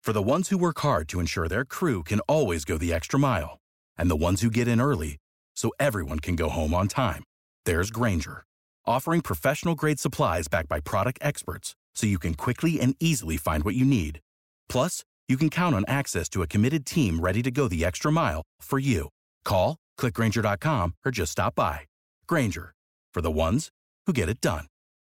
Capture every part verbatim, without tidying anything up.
For the ones who work hard to ensure their crew can always go the extra mile, and the ones who get in early so everyone can go home on time, there's Grainger, offering professional-grade supplies backed by product experts so you can quickly and easily find what you need. Plus, you can count on access to a committed team ready to go the extra mile for you. Call, click Grainger dot com, or just stop by. Grainger, for the ones who get it done.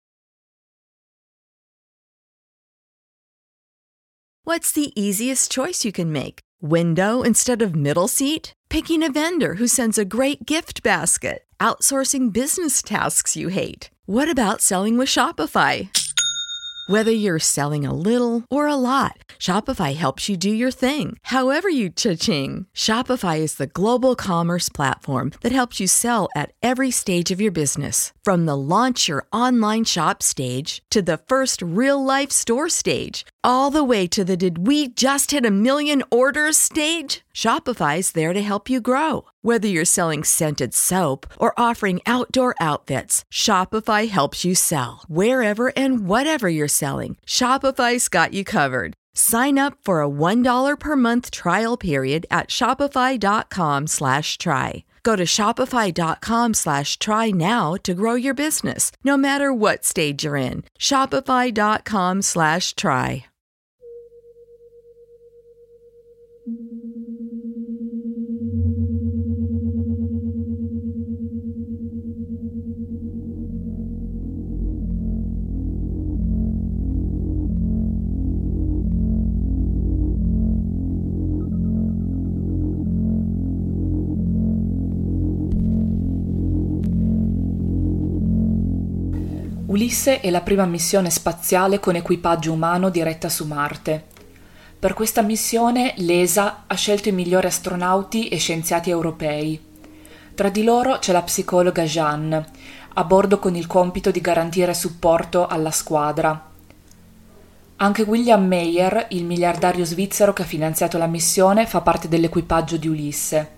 What's the easiest choice you can make? Window instead of middle seat? Picking a vendor who sends a great gift basket? Outsourcing business tasks you hate? What about selling with Shopify? Whether you're selling a little or a lot, Shopify helps you do your thing, however you cha-ching. Shopify is the global commerce platform that helps you sell at every stage of your business. From the launch your online shop stage to the first real-life store stage, all the way to the did we just hit a million orders stage? Shopify's there to help you grow. Whether you're selling scented soap or offering outdoor outfits, Shopify helps you sell. Wherever and whatever you're selling, Shopify's got you covered. Sign up for a one dollar per month trial period at shopify.com slash try. Go to shopify.com slash try now to grow your business, no matter what stage you're in. Shopify.com slash try. Ulisse è la prima missione spaziale con equipaggio umano diretta su Marte. Per questa missione l'E S A ha scelto i migliori astronauti e scienziati europei. Tra di loro c'è la psicologa Jeanne, a bordo con il compito di garantire supporto alla squadra. Anche William Meyer, il miliardario svizzero che ha finanziato la missione, fa parte dell'equipaggio di Ulisse.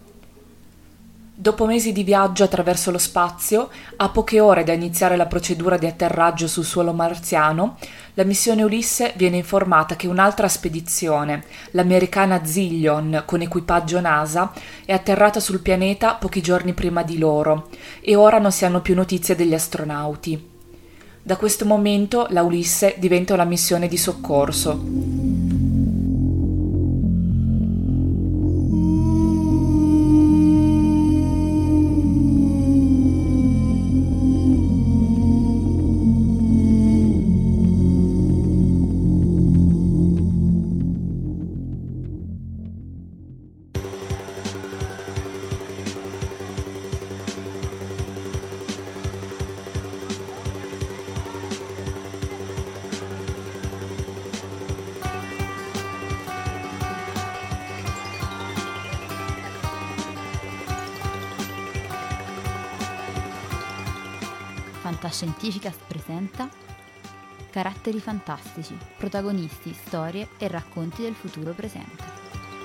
Dopo mesi di viaggio attraverso lo spazio, a poche ore da iniziare la procedura di atterraggio sul suolo marziano, la missione Ulisse viene informata che un'altra spedizione, l'americana Zillion con equipaggio NASA, è atterrata sul pianeta pochi giorni prima di loro e ora non si hanno più notizie degli astronauti. Da questo momento la Ulisse diventa una missione di soccorso. Fantascientificast presenta Caratteri fantastici, protagonisti, storie e racconti del futuro presente.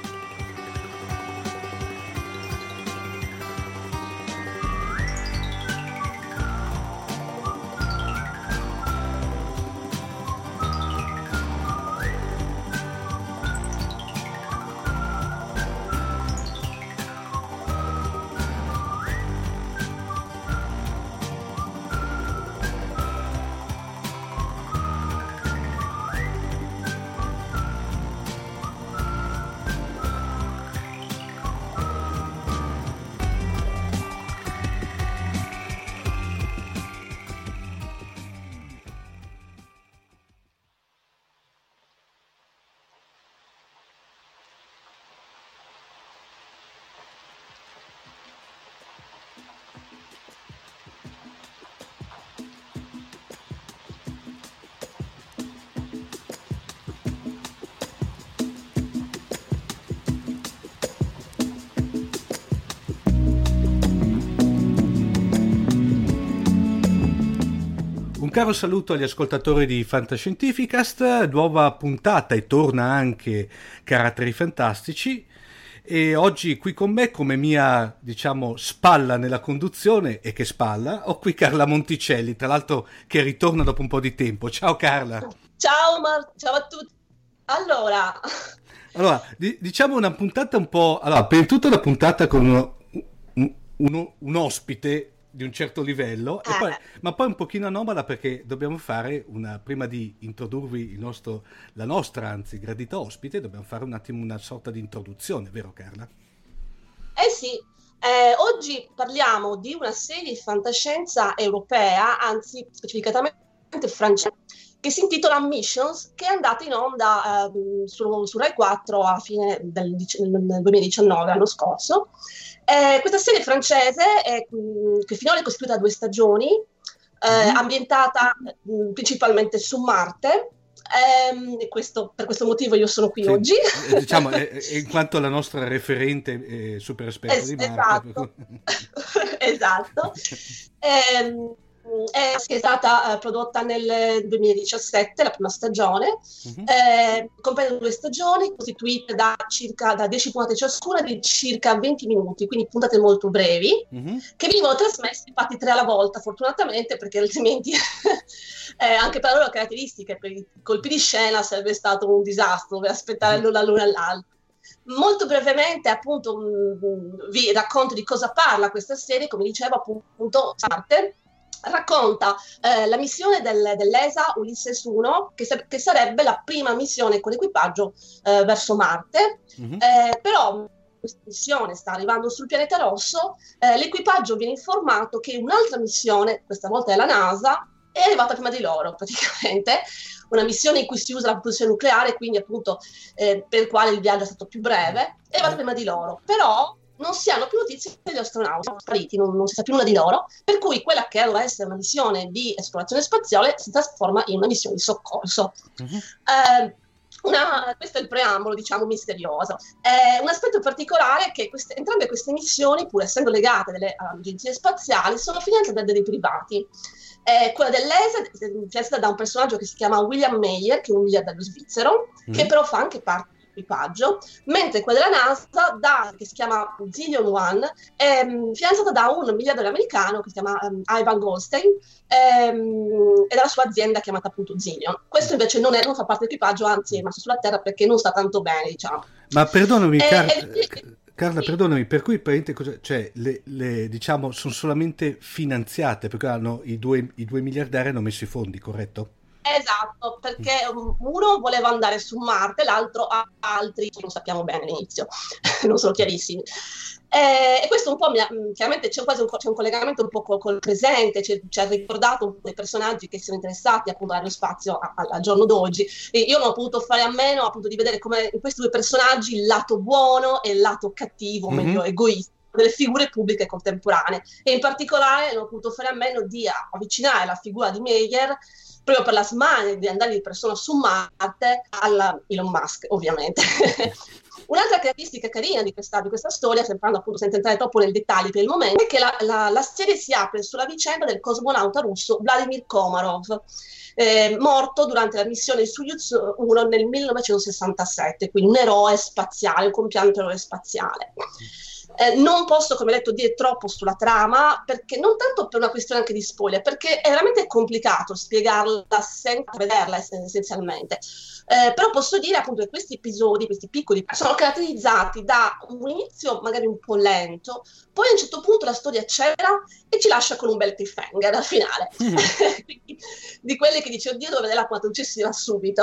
Un caro saluto agli ascoltatori di Fantascientificast, nuova puntata e torna anche Caratteri Fantastici, e oggi qui con me come mia, diciamo, spalla nella conduzione, e che spalla, ho qui Carla Monticelli, tra l'altro che ritorna dopo un po' di tempo. Ciao Carla. Ciao Mar- ciao a tutti. Allora, allora di- diciamo una puntata un po'... Allora, per tutta una puntata con uno, un, uno, un ospite di un certo livello, eh. e poi, ma poi un pochino anomala perché dobbiamo fare una... Prima di introdurvi il nostro, la nostra, anzi, gradita ospite, dobbiamo fare un attimo una sorta di introduzione, vero Carla? Eh sì, eh, oggi parliamo di una serie di fantascienza europea, anzi specificatamente francese, che si intitola Missions, che è andata in onda eh, su, su Rai quattro a fine del, del duemiladiciannove, l'anno scorso. Eh, questa serie francese, è, che finora è costituita da due stagioni, eh, Mm. ambientata mh, principalmente su Marte. Ehm, e questo, per questo motivo io sono qui Sì, oggi. eh, diciamo, eh, eh, in quanto la nostra referente eh, super esperta Es- di Marte. esatto, esatto. Ehm, è, è stata eh, prodotta nel duemiladiciassette, la prima stagione. Mhm. Eh, comprende due stagioni costituite da circa da dieci puntate ciascuna di circa venti minuti, quindi puntate molto brevi, Mhm. che venivano trasmesse infatti tre alla volta, fortunatamente, perché altrimenti eh, anche per le loro caratteristiche, per i colpi di scena sarebbe stato un disastro per aspettare l'una l'una all'altra. Molto brevemente, appunto, mh, vi racconto di cosa parla questa serie. Come dicevo, appunto, Marte racconta eh, la missione del, dell'E S A Ulysses uno, che, sa- che sarebbe la prima missione con equipaggio eh, verso Marte. Mhm. Eh, però questa missione sta arrivando sul pianeta rosso, eh, l'equipaggio viene informato che un'altra missione, questa volta è la NASA, è arrivata prima di loro, praticamente, una missione in cui si usa la propulsione nucleare, quindi appunto eh, per il quale il viaggio è stato più breve, è arrivata prima di loro, però non si hanno più notizie degli astronauti, sono spariti, non, non si sa più nulla di loro, per cui quella che doveva essere una missione di esplorazione spaziale si trasforma in una missione di soccorso. Mhm. Eh, una- questo è il preambolo, diciamo, misterioso. Eh, un aspetto particolare è che queste, entrambe queste missioni, pur essendo legate delle agenzie spaziali, sono finanziate da dei privati. Eh, quella dell'E S A è finanziata da un personaggio che si chiama William Meyer, che è un miliardario svizzero, Mm. che però fa anche parte dell'equipaggio, mentre quella della NASA, da, che si chiama Zillion One, è mm, finanziata da un miliardario americano che si chiama um, Ivan Goldstein, ehm, e dalla sua azienda chiamata appunto Zillion. Questo invece non, è, non fa parte dell'equipaggio, anzi è rimasto sulla Terra perché non sta tanto bene, diciamo. Ma perdonami, Eh, Car- eh, Carla, sì. perdonami, per cui praticamente cosa, cioè, le, le, diciamo, sono solamente finanziate perché hanno i due, i due miliardari hanno messo i fondi, corretto? Esatto, perché um, uno voleva andare su Marte, l'altro ha altri, non sappiamo bene all'inizio, non sono chiarissimi. Eh, e questo un po' mi ha, mh, chiaramente c'è quasi un, co- c'è un collegamento un po' col, col presente, ci ci ha ricordato un po' dei personaggi che sono interessati appunto allo spazio a- a- al giorno d'oggi. E io non ho potuto fare a meno appunto di vedere come in questi due personaggi il lato buono e il lato cattivo, o Mhm. meglio egoista, delle figure pubbliche contemporanee. E in particolare non ho potuto fare a meno di avvicinare la figura di Meyer, proprio per la smania di andare di persona su Marte, alla Elon Musk, ovviamente. Un'altra caratteristica carina di questa, di questa storia, sempre appunto senza entrare troppo nel dettaglio per il momento, è che la, la, la serie si apre sulla vicenda del cosmonauta russo Vladimir Komarov, eh, morto durante la missione Soyuz uno nel millenovecentosessantasette, quindi un eroe spaziale, un compianto eroe spaziale. Eh, non posso, come detto, dire troppo sulla trama, perché non tanto per una questione anche di spoiler, perché è veramente complicato spiegarla senza vederla ess- essenzialmente. Eh, però posso dire appunto che questi episodi, questi piccoli, sono caratterizzati da un inizio magari un po' lento, poi a un certo punto la storia accelera e ci lascia con un bel cliffhanger al finale. Mm. Quindi, di quelli che dici, oddio, devo vedere la quattro successiva subito.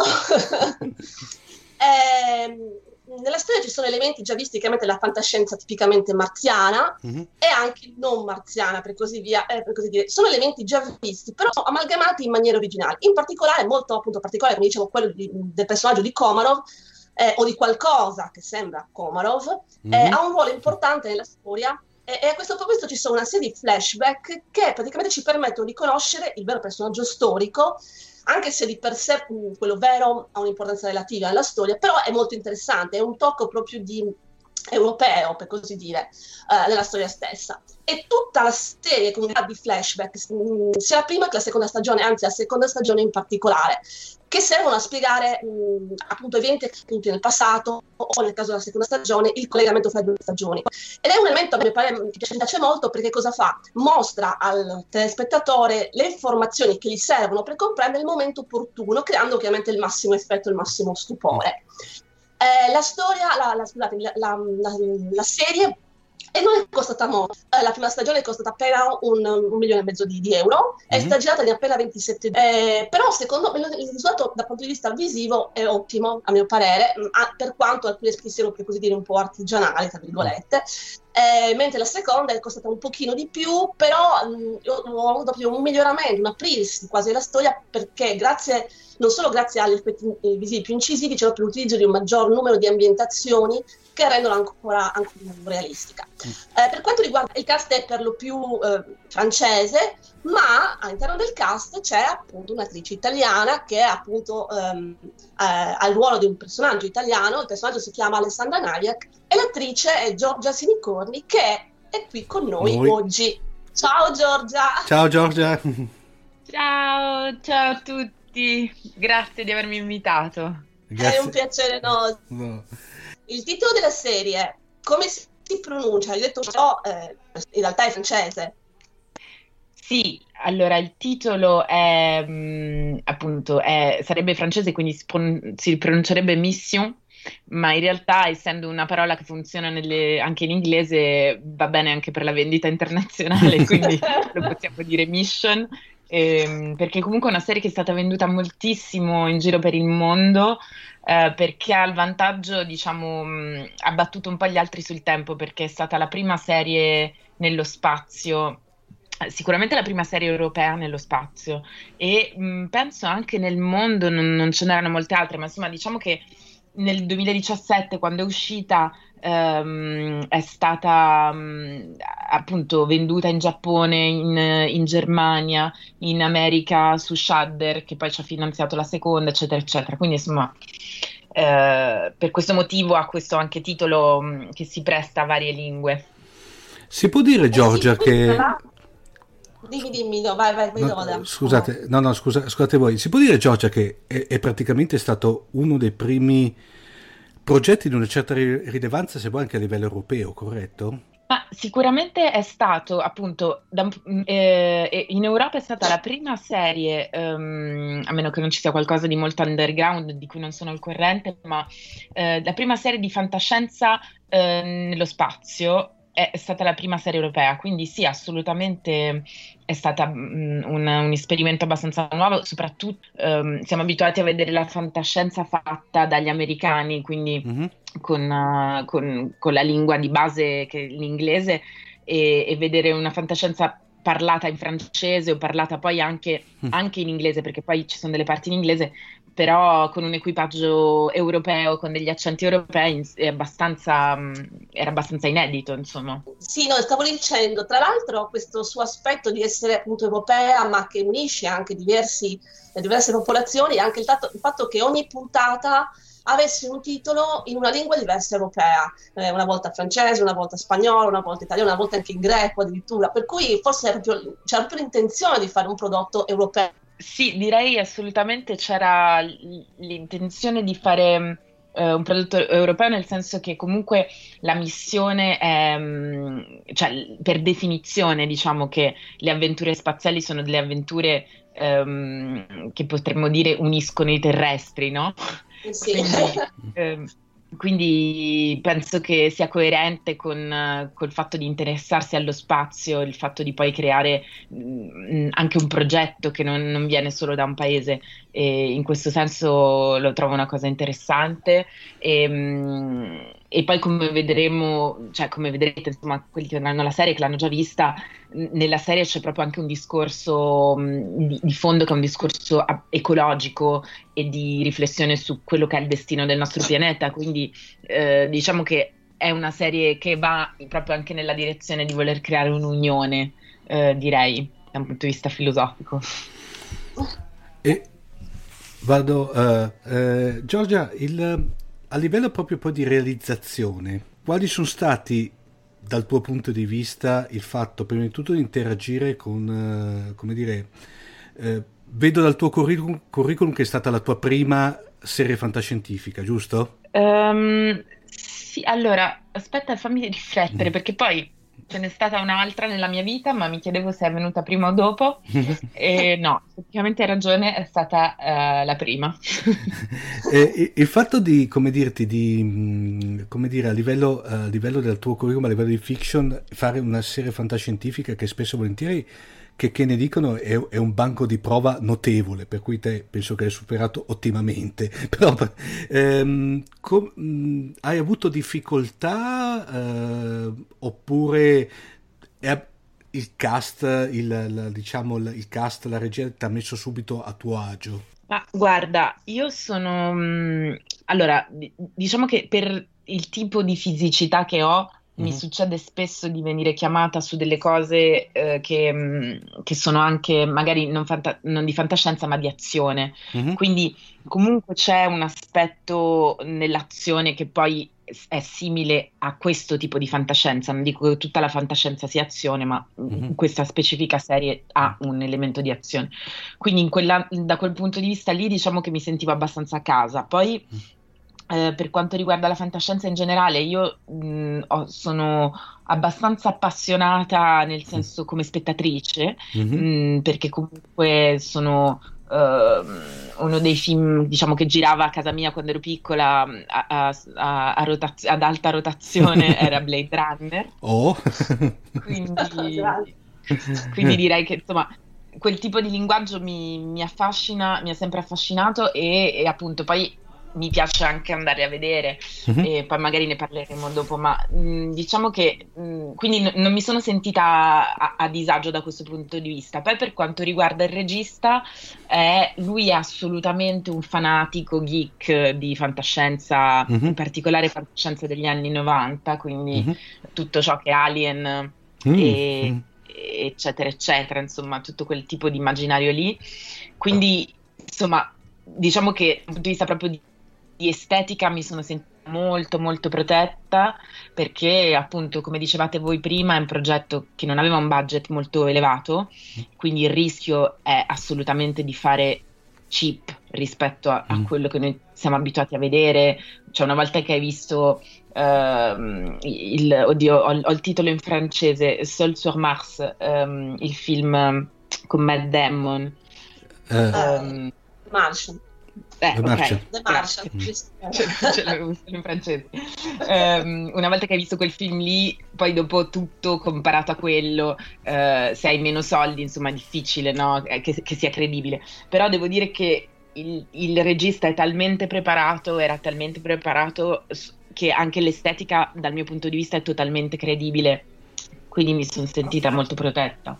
Ehm, nella storia ci sono elementi già visti, chiaramente la fantascienza tipicamente marziana Mhm. e anche non marziana, per così via, eh, per così dire. Sono elementi già visti, però amalgamati in maniera originale. In particolare, molto appunto particolare, come dicevo, quello di- del personaggio di Komarov, eh, o di qualcosa che sembra Komarov, eh, Mhm. ha un ruolo importante nella storia. E, e a questo proposito ci sono una serie di flashback che praticamente ci permettono di conoscere il vero personaggio storico, anche se di per sé mh, quello vero ha un'importanza relativa nella storia, però è molto interessante, è un tocco proprio di europeo, per così dire, eh, nella storia stessa. E tutta la serie con di flashback, mh, sia la prima che la seconda stagione, anzi la seconda stagione in particolare, che servono a spiegare mh, appunto eventi accaduti nel passato o nel caso della seconda stagione il collegamento fra le due stagioni. Ed è un elemento a mio parere che mi piace molto, perché cosa fa? Mostra al telespettatore le informazioni che gli servono per comprendere il momento opportuno, creando ovviamente il massimo effetto, il massimo stupore. Eh, la storia, la, la, scusate, la, la, la, la serie e non è costata molto. Eh, la prima stagione è costata appena un, un milione e mezzo di, di euro, è mm-hmm. stata girata in appena ventisette giorni. Eh, però secondo me il risultato dal punto di vista visivo è ottimo, a mio parere, a, per quanto alcuni aspetti siano, per così dire, un po' artigianali, tra virgolette. Eh, mentre la seconda è costata un pochino di più, però mh, io ho avuto proprio un miglioramento, un aprirsi quasi della storia, perché grazie, non solo grazie agli effetti visivi più incisivi, c'è proprio l'utilizzo di un maggior numero di ambientazioni che rendono ancora, ancora più realistica. Mm. Eh, per quanto riguarda il cast, è per lo più eh, francese, ma all'interno del cast c'è appunto un'attrice italiana che è appunto ehm, eh, ha il ruolo di un personaggio italiano. Il personaggio si chiama Alessandra Naviak e l'attrice è Giorgia Sinicorni, che è qui con noi, noi. oggi. Ciao Giorgia! Ciao Giorgia! Ciao, ciao a tutti, grazie di avermi invitato. Grazie. È un piacere nostro. No. Il titolo della serie, come si pronuncia? Hai detto però, eh, in realtà è francese. Sì, allora il titolo è mh, appunto è, sarebbe francese, quindi si, pron- si pronuncerebbe Mission, ma in realtà, essendo una parola che funziona nelle, anche in inglese, va bene anche per la vendita internazionale, quindi lo possiamo dire Mission, ehm, perché comunque è una serie che è stata venduta moltissimo in giro per il mondo, eh, perché ha il vantaggio, diciamo, mh, ha battuto un po' gli altri sul tempo, perché è stata la prima serie nello spazio, sicuramente la prima serie europea nello spazio, e mh, penso anche nel mondo non, non ce n'erano molte altre, ma insomma diciamo che nel duemiladiciassette, quando è uscita, ehm, è stata mh, appunto venduta in Giappone, in, in Germania, in America su Shudder, che poi ci ha finanziato la seconda, eccetera eccetera. Quindi insomma eh, per questo motivo ha questo anche titolo mh, che si presta a varie lingue. Si può dire, Giorgia, eh sì, che... Dimmi, dimmi, no, vai, vai, vai, no, scusate, no, no, scusa, scusate voi, si può dire, Giorgia, che è, è praticamente stato uno dei primi progetti di una certa rilevanza, se vuoi anche a livello europeo, corretto? Ma sicuramente è stato, appunto, da, eh, in Europa è stata la prima serie, um, a meno che non ci sia qualcosa di molto underground di cui non sono al corrente, ma eh, la prima serie di fantascienza eh, nello spazio. È stata la prima serie europea, quindi sì, assolutamente è stata um, un, un esperimento abbastanza nuovo, soprattutto um, siamo abituati a vedere la fantascienza fatta dagli americani, quindi mm-hmm. con, uh, con, con la lingua di base che è l'inglese, e, e vedere una fantascienza parlata in francese o parlata poi anche, mm. anche in inglese, perché poi ci sono delle parti in inglese, però con un equipaggio europeo, con degli accenti europei, è abbastanza, era abbastanza inedito, insomma. Sì, no, stavo dicendo, tra l'altro questo suo aspetto di essere appunto europea, ma che unisce anche diversi, diverse popolazioni, anche il, tato, il fatto che ogni puntata avesse un titolo in una lingua diversa europea, eh, una volta francese, una volta spagnolo, una volta italiano, una volta anche in greco addirittura, per cui forse era proprio, c'era proprio l'intenzione di fare un prodotto europeo. Sì, direi assolutamente c'era l'intenzione di fare eh, un prodotto europeo, nel senso che comunque la missione è, cioè per definizione diciamo che le avventure spaziali sono delle avventure ehm, che potremmo dire uniscono i terrestri, no? Sì. Quindi, ehm, quindi penso che sia coerente con col fatto di interessarsi allo spazio, il fatto di poi creare mh, anche un progetto che non, non viene solo da un paese, e in questo senso lo trovo una cosa interessante. E, mh, e poi come vedremo, cioè come vedrete, insomma, quelli che avranno la serie, che l'hanno già vista, nella serie c'è proprio anche un discorso mh, di, di fondo, che è un discorso ecologico e di riflessione su quello che è il destino del nostro pianeta, quindi eh, diciamo che è una serie che va proprio anche nella direzione di voler creare un'unione, eh, direi, da un punto di vista filosofico. E vado, uh, uh, Giorgia, il, a livello proprio poi di realizzazione, quali sono stati dal tuo punto di vista il fatto, prima di tutto, di interagire con, uh, come dire, uh, vedo dal tuo curriculum, curriculum che è stata la tua prima serie fantascientifica, giusto? Um, sì, allora, aspetta, fammi riflettere, perché poi ce n'è stata un'altra nella mia vita, ma mi chiedevo se è venuta prima o dopo, e no, effettivamente hai ragione, è stata uh, la prima. E, il fatto di, come dirti, di, come dire, a livello, a livello del tuo curriculum, a livello di fiction, fare una serie fantascientifica che spesso e volentieri, che, che ne dicono, è, è un banco di prova notevole, per cui te penso che hai superato ottimamente. Però ehm, com, mh, hai avuto difficoltà eh, oppure è, il cast, il, la, diciamo, il, il cast, la regia ti ha messo subito a tuo agio? Ma guarda, io sono... mh, allora, di- diciamo che per il tipo di fisicità che ho, mi Mhm, succede spesso di venire chiamata su delle cose eh, che, mh, che sono anche magari non, fanta- non di fantascienza, ma di azione. mhm, Quindi comunque c'è un aspetto nell'azione che poi s- è simile a questo tipo di fantascienza. Non dico che tutta la fantascienza sia azione, ma mh, mhm, questa specifica serie ha un elemento di azione. Quindi in quella- da quel punto di vista lì diciamo che mi sentivo abbastanza a casa. Poi eh, per quanto riguarda la fantascienza in generale, io mh, ho- sono abbastanza appassionata nel senso come spettatrice, mhm. mh, perché comunque sono ehm, uno dei film, diciamo, che girava a casa mia quando ero piccola mh, a- a- a- a rotaz- ad alta rotazione era Blade Runner. Oh. Quindi, quindi direi che insomma quel tipo di linguaggio mi, mi affascina, mi ha sempre affascinato e, e appunto poi mi piace anche andare a vedere Mhm, e poi magari ne parleremo dopo, ma mh, diciamo che mh, quindi n- non mi sono sentita a, a disagio da questo punto di vista. Poi per quanto riguarda il regista, eh, lui è assolutamente un fanatico geek di fantascienza, in mhm, particolare fantascienza degli anni novanta, quindi mhm, tutto ciò che è Alien mm, e mm. eccetera, eccetera, insomma, tutto quel tipo di immaginario lì. Quindi, insomma, diciamo che dal punto di vista proprio di, di estetica mi sono sentita molto, molto protetta perché, appunto, come dicevate voi prima, è un progetto che non aveva un budget molto elevato, quindi il rischio è assolutamente di fare cheap rispetto a, a Mm. quello che noi siamo abituati a vedere. Cioè, una volta che hai visto ehm, il, oddio, ho, ho il titolo in francese, Seul sur Mars, ehm, il film ehm, con Matt Damon. Eh, ehm, Martian. eh, The Martian. ok, The grazie. Martian. Ce, ce l'avevo solo in francese. Ehm, una volta che hai visto quel film lì, poi dopo tutto comparato a quello, eh, se hai meno soldi, insomma, è difficile, no? Eh, Che, che sia credibile. Però devo dire che il, il regista è talmente preparato, era talmente preparato s- che anche l'estetica, dal mio punto di vista, è totalmente credibile. Quindi mi sono sentita molto protetta.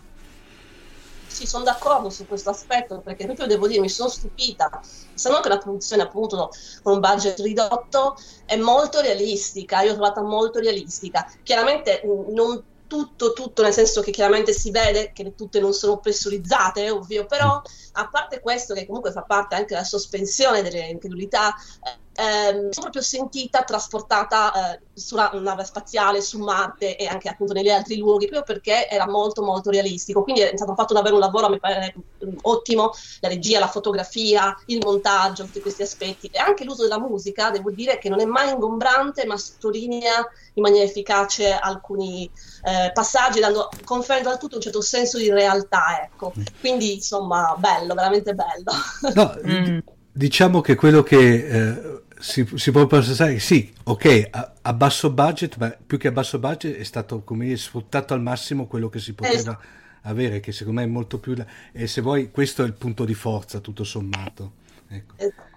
Sì, sono d'accordo su questo aspetto perché proprio devo dire mi sono stupita, se non che la produzione appunto con un budget ridotto è molto realistica, io l'ho trovata molto realistica, chiaramente mh, non tutto, tutto nel senso che chiaramente si vede che le- tutte non sono pressurizzate, è ovvio, però a parte questo che comunque fa parte anche della sospensione delle incredulità, eh, ehm, sono proprio sentita trasportata eh, su una nave spaziale, su Marte e anche appunto negli altri luoghi, proprio perché era molto molto realistico, quindi è stato fatto davvero un lavoro, mi pare mm, ottimo, la regia, la fotografia, il montaggio, tutti questi aspetti e anche l'uso della musica, devo dire che non è mai ingombrante, ma sottolinea in maniera efficace alcuni eh, passaggi, dando, conferendo al tutto un certo senso di realtà, ecco. Quindi insomma, bello, veramente bello. No, Mm. d- diciamo che quello che eh, si, si può pensare, sì, ok, a, a basso budget, ma più che a basso budget è stato come dire, sfruttato al massimo quello che si poteva Esatto. avere, che secondo me è molto più... la- E se vuoi, questo è il punto di forza, tutto sommato. Ecco. Esatto.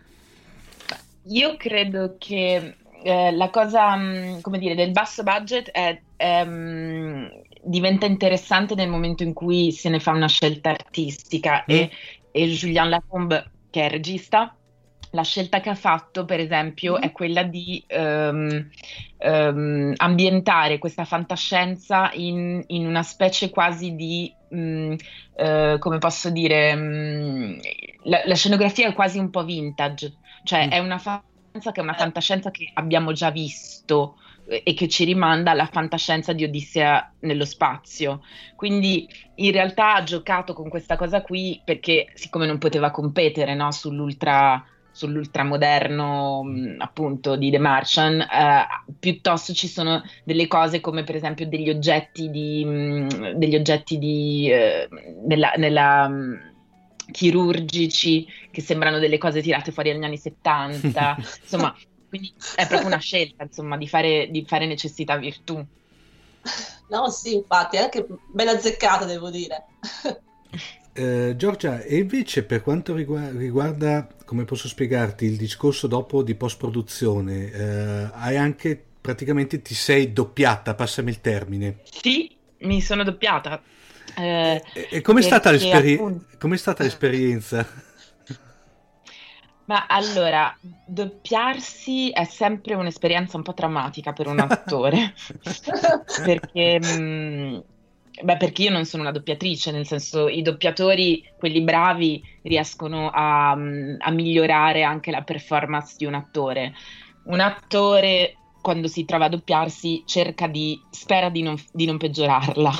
Io credo che eh, la cosa, mh, come dire, del basso budget è, è, mh, diventa interessante nel momento in cui se ne fa una scelta artistica Mm, e, e Julien Lacombe, che è il regista, la scelta che ha fatto, per esempio, è quella di ehm, ehm, ambientare questa fantascienza in, in una specie quasi di, mh, eh, come posso dire, mh, la, la scenografia è quasi un po' vintage, cioè mm, è una che è una fantascienza che abbiamo già visto e che ci rimanda alla fantascienza di Odissea nello spazio. Quindi in realtà ha giocato con questa cosa qui perché, siccome non poteva competere, no, sull'ultra, sull'ultramoderno appunto di The Martian, eh, piuttosto ci sono delle cose come per esempio degli oggetti di mh, degli oggetti di eh, nella, nella mh, chirurgici che sembrano delle cose tirate fuori negli anni settanta, insomma. Quindi è proprio una scelta, insomma, di fare, di fare necessità virtù. No, sì, infatti, è anche ben azzeccata, devo dire. Eh, Giorgia, e invece per quanto riguarda, riguarda, come posso spiegarti, il discorso dopo di post-produzione, eh, hai anche, praticamente ti sei doppiata, passami il termine. Sì, mi sono doppiata. Eh, e e com'è stata, l'esperi- appunto... com'è stata l'esperienza? Ma allora, doppiarsi è sempre un'esperienza un po' traumatica per un attore, perché, mh, beh, perché io non sono una doppiatrice, nel senso i doppiatori, quelli bravi, riescono a, a migliorare anche la performance di un attore. Un attore, quando si trova a doppiarsi, cerca di, spera di non, di non peggiorarla.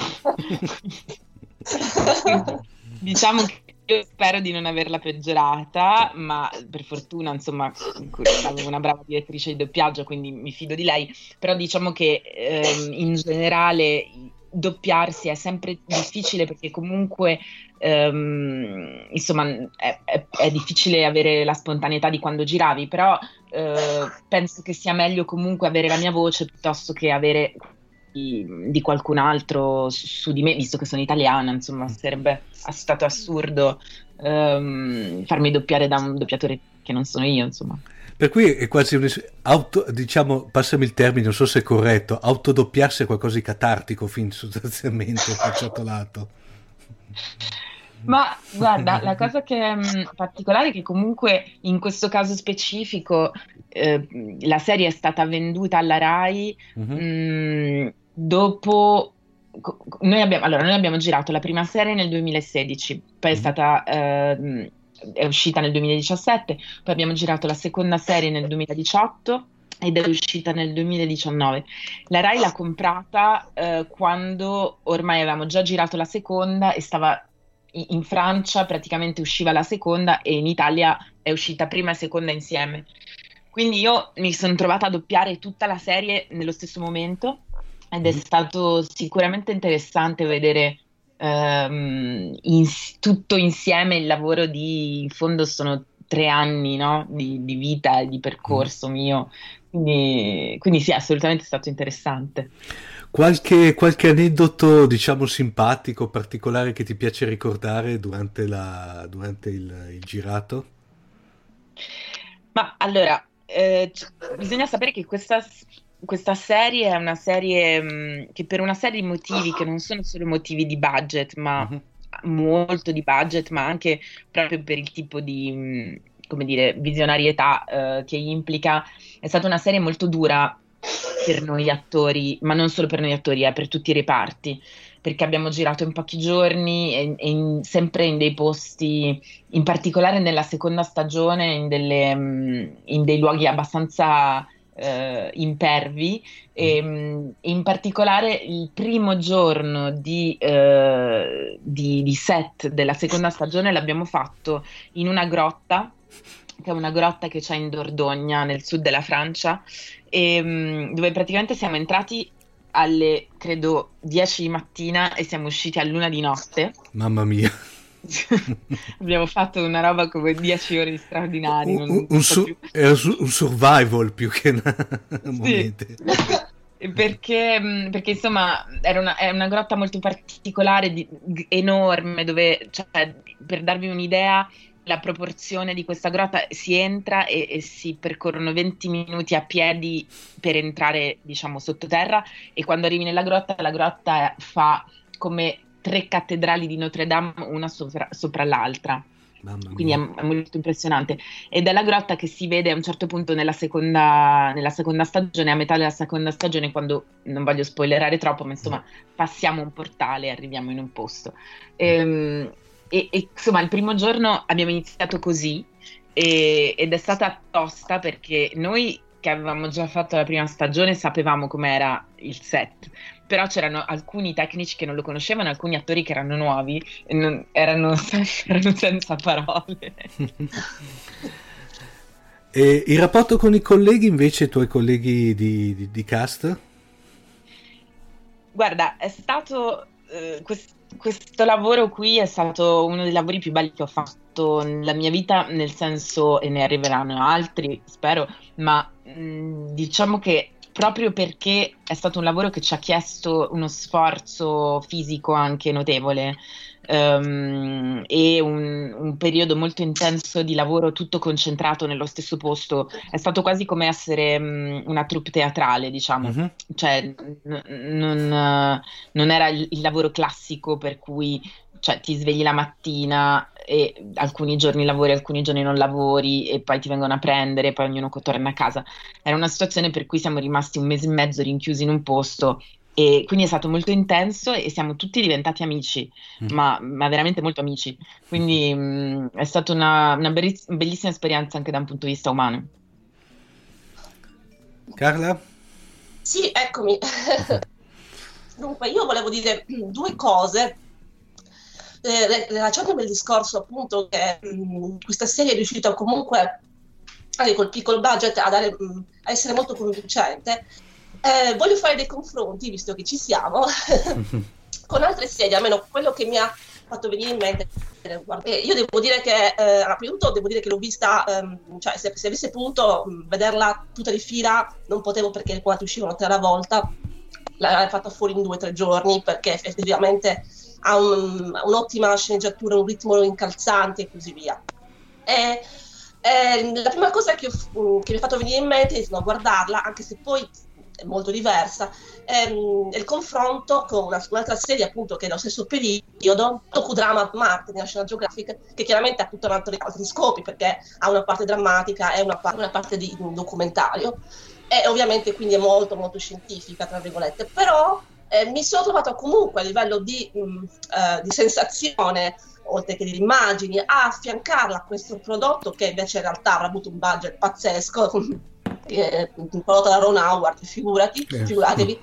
Quindi, diciamo che io spero di non averla peggiorata, ma per fortuna, insomma, avevo una brava direttrice di doppiaggio, quindi mi fido di lei, però diciamo che ehm, in generale doppiarsi è sempre difficile perché comunque ehm, insomma è, è, è difficile avere la spontaneità di quando giravi, però eh, penso che sia meglio comunque avere la mia voce piuttosto che avere di, di qualcun altro su, su di me, visto che sono italiana, insomma sarebbe stato assurdo ehm, farmi doppiare da un doppiatore che non sono io, insomma. Per cui è quasi un auto, diciamo, passami il termine, non so se è corretto, autodoppiarsi è qualcosa di catartico, fin sostanzialmente, per un certo lato. Ma guarda, la cosa che è mh, particolare è che comunque in questo caso specifico eh, la serie è stata venduta alla Rai mm-hmm. mh, dopo... Noi abbiamo, allora, noi abbiamo girato la prima serie nel duemilasedici, poi mm-hmm. è stata... Eh, è uscita nel duemiladiciassette, poi abbiamo girato la seconda serie nel duemiladiciotto ed è uscita nel duemiladiciannove. La Rai l'ha comprata eh, quando ormai avevamo già girato la seconda e stava in Francia, praticamente usciva la seconda e in Italia è uscita prima e seconda insieme. Quindi io mi sono trovata a doppiare tutta la serie nello stesso momento ed è stato sicuramente interessante vedere Um, in, tutto insieme il lavoro di, in fondo sono tre anni, no? di, di vita e di percorso mm. mio, quindi, quindi sì, assolutamente è stato interessante. Qualche, qualche aneddoto, diciamo, simpatico, particolare che ti piace ricordare durante, la, durante il, il girato? Ma allora, eh, bisogna sapere che questa Questa serie è una serie mh, che per una serie di motivi che non sono solo motivi di budget, ma uh-huh. molto di budget, ma anche proprio per il tipo di, mh, come dire, visionarietà uh, che implica, è stata una serie molto dura per noi attori, ma non solo per noi attori, è eh, per tutti i reparti, perché abbiamo girato in pochi giorni e, e in, sempre in dei posti, in particolare nella seconda stagione, in, delle, mh, in dei luoghi abbastanza... Uh, impervi e um, in particolare il primo giorno di, uh, di, di set della seconda stagione l'abbiamo fatto in una grotta, che è una grotta che c'è in Dordogne nel sud della Francia, e, um, dove praticamente siamo entrati alle credo dieci di mattina e siamo usciti all'una di notte. Mamma mia. Abbiamo fatto una roba come dieci ore di straordinari, un, un, un, su- era un survival più che una, un momento. Sì. Perché, perché insomma era una, è una grotta molto particolare, di, enorme, dove, cioè, per darvi un'idea, la proporzione di questa grotta, si entra e, e si percorrono venti minuti a piedi per entrare, diciamo, sottoterra, e quando arrivi nella grotta, la grotta fa come tre cattedrali di Notre Dame, una sopra, sopra l'altra. Quindi è, è molto impressionante, ed è la grotta che si vede a un certo punto nella seconda, nella seconda stagione, a metà della seconda stagione, quando, non voglio spoilerare troppo, ma insomma passiamo un portale e arriviamo in un posto. Ehm, e, e insomma il primo giorno abbiamo iniziato così, e, ed è stata tosta perché noi che avevamo già fatto la prima stagione sapevamo com'era il set, però c'erano alcuni tecnici che non lo conoscevano, alcuni attori che erano nuovi e non, erano, erano senza parole. E il rapporto con i colleghi invece, i tuoi colleghi di, di, di cast? Guarda, è stato eh, quest- questo lavoro qui è stato uno dei lavori più belli che ho fatto nella mia vita, nel senso, e ne arriveranno altri, spero, ma mh, diciamo che proprio perché è stato un lavoro che ci ha chiesto uno sforzo fisico anche notevole, um, e un, un periodo molto intenso di lavoro tutto concentrato nello stesso posto, è stato quasi come essere um, una troupe teatrale, diciamo, uh-huh. Cioè n- non, non era il, il lavoro classico per cui, cioè, ti svegli la mattina e alcuni giorni lavori, alcuni giorni non lavori e poi ti vengono a prendere e poi ognuno torna a casa. Era una situazione per cui siamo rimasti un mese e mezzo rinchiusi in un posto e quindi è stato molto intenso e siamo tutti diventati amici, mm. ma, ma veramente molto amici. Quindi mh, è stata una, una belliss- bellissima esperienza anche da un punto di vista umano. Carla? Sì, eccomi. Dunque, io volevo dire due cose. Eh, rilacciandomi il discorso appunto che mh, questa serie è riuscita comunque anche col piccolo budget a, dare, mh, a essere molto convincente, eh, voglio fare dei confronti, visto che ci siamo, con altre serie, almeno quello che mi ha fatto venire in mente. Eh, io devo dire che eh, prima di tutto devo dire che l'ho vista, ehm, cioè se, se avessi potuto mh, vederla tutta di fila non potevo, perché le puntate uscivano tre alla volta, l'ho fatta fuori in due o tre giorni perché effettivamente ha un, un'ottima sceneggiatura, un ritmo incalzante e così via. E, e la prima cosa che, ho, che mi ha fatto venire in mente a guardarla, anche se poi è molto diversa, è, è il confronto con una, un'altra serie appunto che è nello stesso periodo, Docudrama Marte di National Geographic, che chiaramente ha tutto un altro, altri scopi perché ha una parte drammatica e una, parte, una parte di un documentario e ovviamente quindi è molto molto scientifica tra virgolette, però Eh, mi sono trovata comunque a livello di, mh, uh, di sensazione, oltre che di immagini, a affiancarla a questo prodotto che invece in realtà avrà avuto un budget pazzesco, eh, prodotto da Ron Howard, figurati, eh. figuratevi.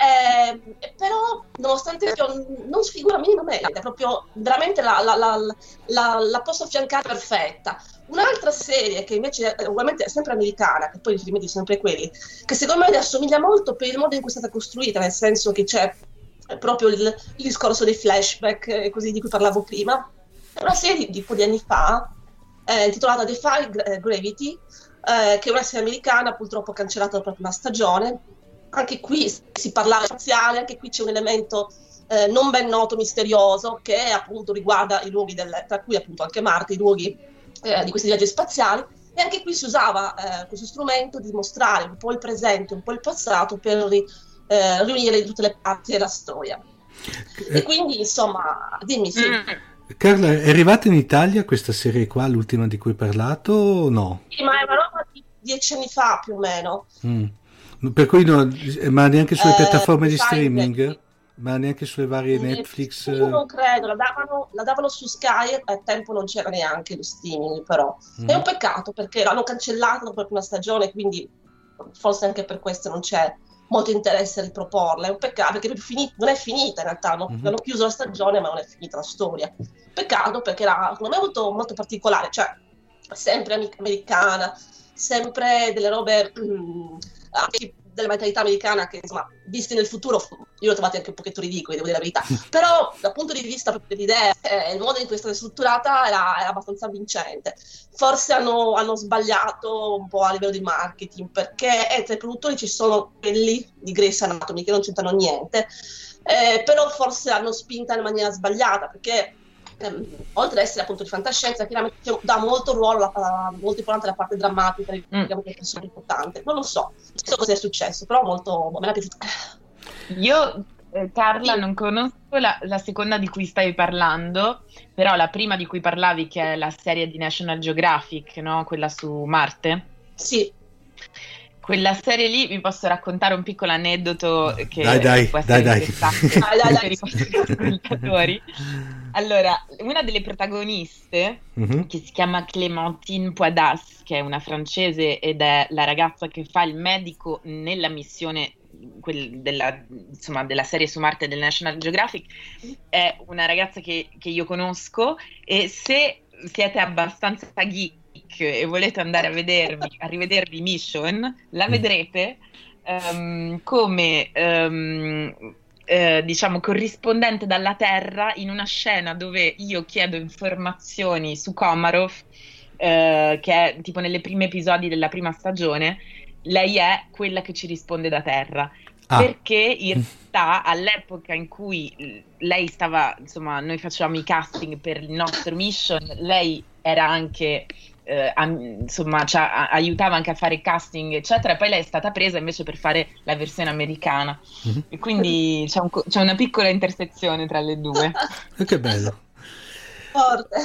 Eh, però, nonostante io non sfigura minimamente, è proprio veramente la, la, la, la, la posso affiancare perfetta. Un'altra serie che invece è ugualmente è sempre americana, che poi i riferimenti sono sempre quelli, che secondo me assomiglia molto per il modo in cui è stata costruita, nel senso che c'è proprio il, il discorso dei flashback e così di cui parlavo prima. È una serie di, di un po' di anni fa, eh, intitolata Defy Gravity, eh, che è una serie americana, purtroppo cancellata dopo una stagione. Anche qui si parla spaziale, anche qui c'è un elemento eh, non ben noto, misterioso, che appunto riguarda i luoghi del, tra cui appunto anche Marte, i luoghi Eh, di questi viaggi spaziali, e anche qui si usava eh, questo strumento di mostrare un po' il presente, un po' il passato per ri, eh, riunire tutte le parti della storia. Eh, e quindi insomma, dimmi sì. Carla, è arrivata in Italia questa serie qua, l'ultima di cui hai parlato o no? Sì, ma è una roba di dieci anni fa più o meno. Mm. Per cui no, ma neanche sulle eh, piattaforme di streaming? Ma neanche sulle varie Netflix? Io non credo, la davano, la davano su Sky, al tempo non c'era neanche lo streaming, però mm. è un peccato perché l'hanno cancellato dopo una stagione, quindi forse anche per questo non c'è molto interesse a riproporla. È un peccato perché è finita, non è finita in realtà, hanno, mm-hmm. hanno chiuso la stagione ma non è finita la storia. Peccato perché era secondo me molto, molto particolare, cioè sempre americana, sempre delle robe mm, anche della mentalità americana che insomma viste nel futuro io l'ho trovato anche un pochetto ridicoli, devo dire la verità, però dal punto di vista proprio dell'idea eh, il modo in cui è stata strutturata era, era abbastanza vincente. Forse hanno, hanno sbagliato un po' a livello di marketing, perché eh, tra i produttori ci sono quelli di Grey's Anatomy che non c'entrano niente, eh, però forse hanno spinta in maniera sbagliata, perché ehm, oltre ad essere appunto di fantascienza chiaramente dà molto ruolo la, la, molto importante la parte drammatica, diciamo che è persona importante, non lo so non so cosa è successo, però molto me l'ha piaciuto. Io eh, Carla sì. non conosco la, la seconda di cui stai parlando, però la prima di cui parlavi, che è la serie di National Geographic, no? Quella su Marte? Sì. Quella serie lì vi posso raccontare un piccolo aneddoto che dai dai può dai essere dai interessante dai, dai, per i vostri ascoltatori. Allora, una delle protagoniste, Mhm. che si chiama Clémentine Poidas, che è una francese ed è la ragazza che fa il medico nella missione quel- della, insomma, della serie su Marte del National Geographic, è una ragazza che, che io conosco, e se siete abbastanza geek e volete andare a vedervi, a rivedervi Mission, la Mm. vedrete ehm, come ehm, eh, diciamo corrispondente dalla Terra in una scena dove io chiedo informazioni su Komarov, eh, che è tipo nelle prime episodi della prima stagione. Lei è quella che ci risponde da Terra. Ah. Perché in realtà all'epoca in cui l- lei stava, insomma, noi facevamo i casting per il nostro mission, lei era anche, eh, am- insomma, ci a- aiutava anche a fare il casting, eccetera, e poi lei è stata presa invece per fare la versione americana. Mhm. E quindi c'è un co- c'è una piccola intersezione tra le due. E che bello. Forte.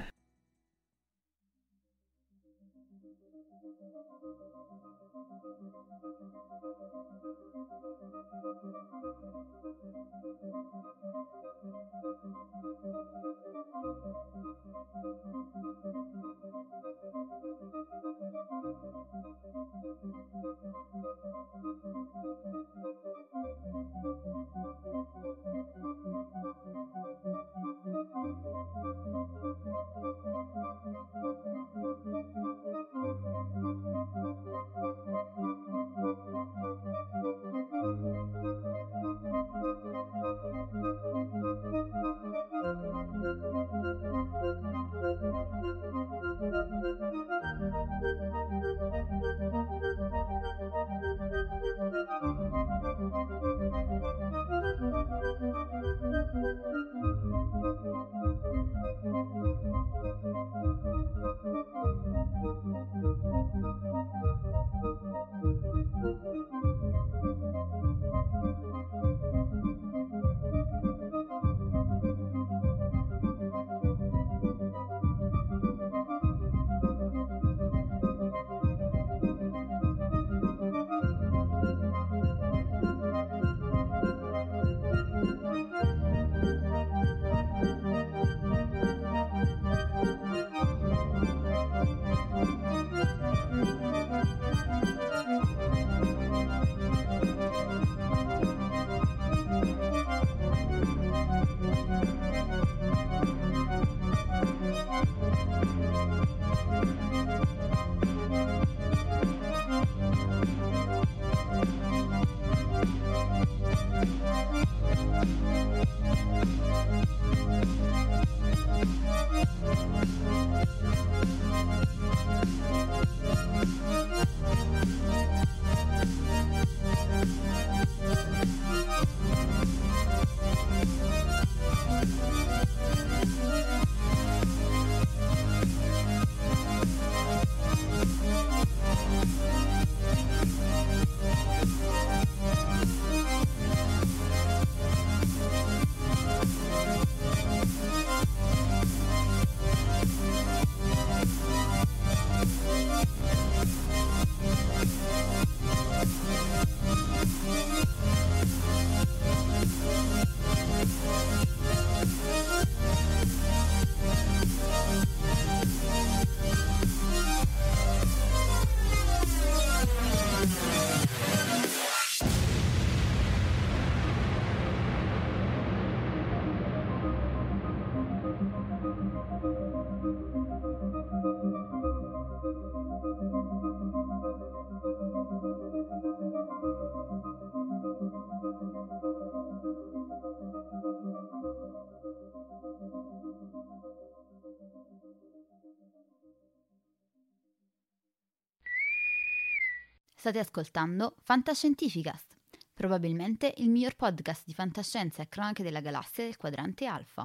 State ascoltando Fantascientificast, probabilmente il miglior podcast di fantascienza e cronache della galassia del quadrante alfa.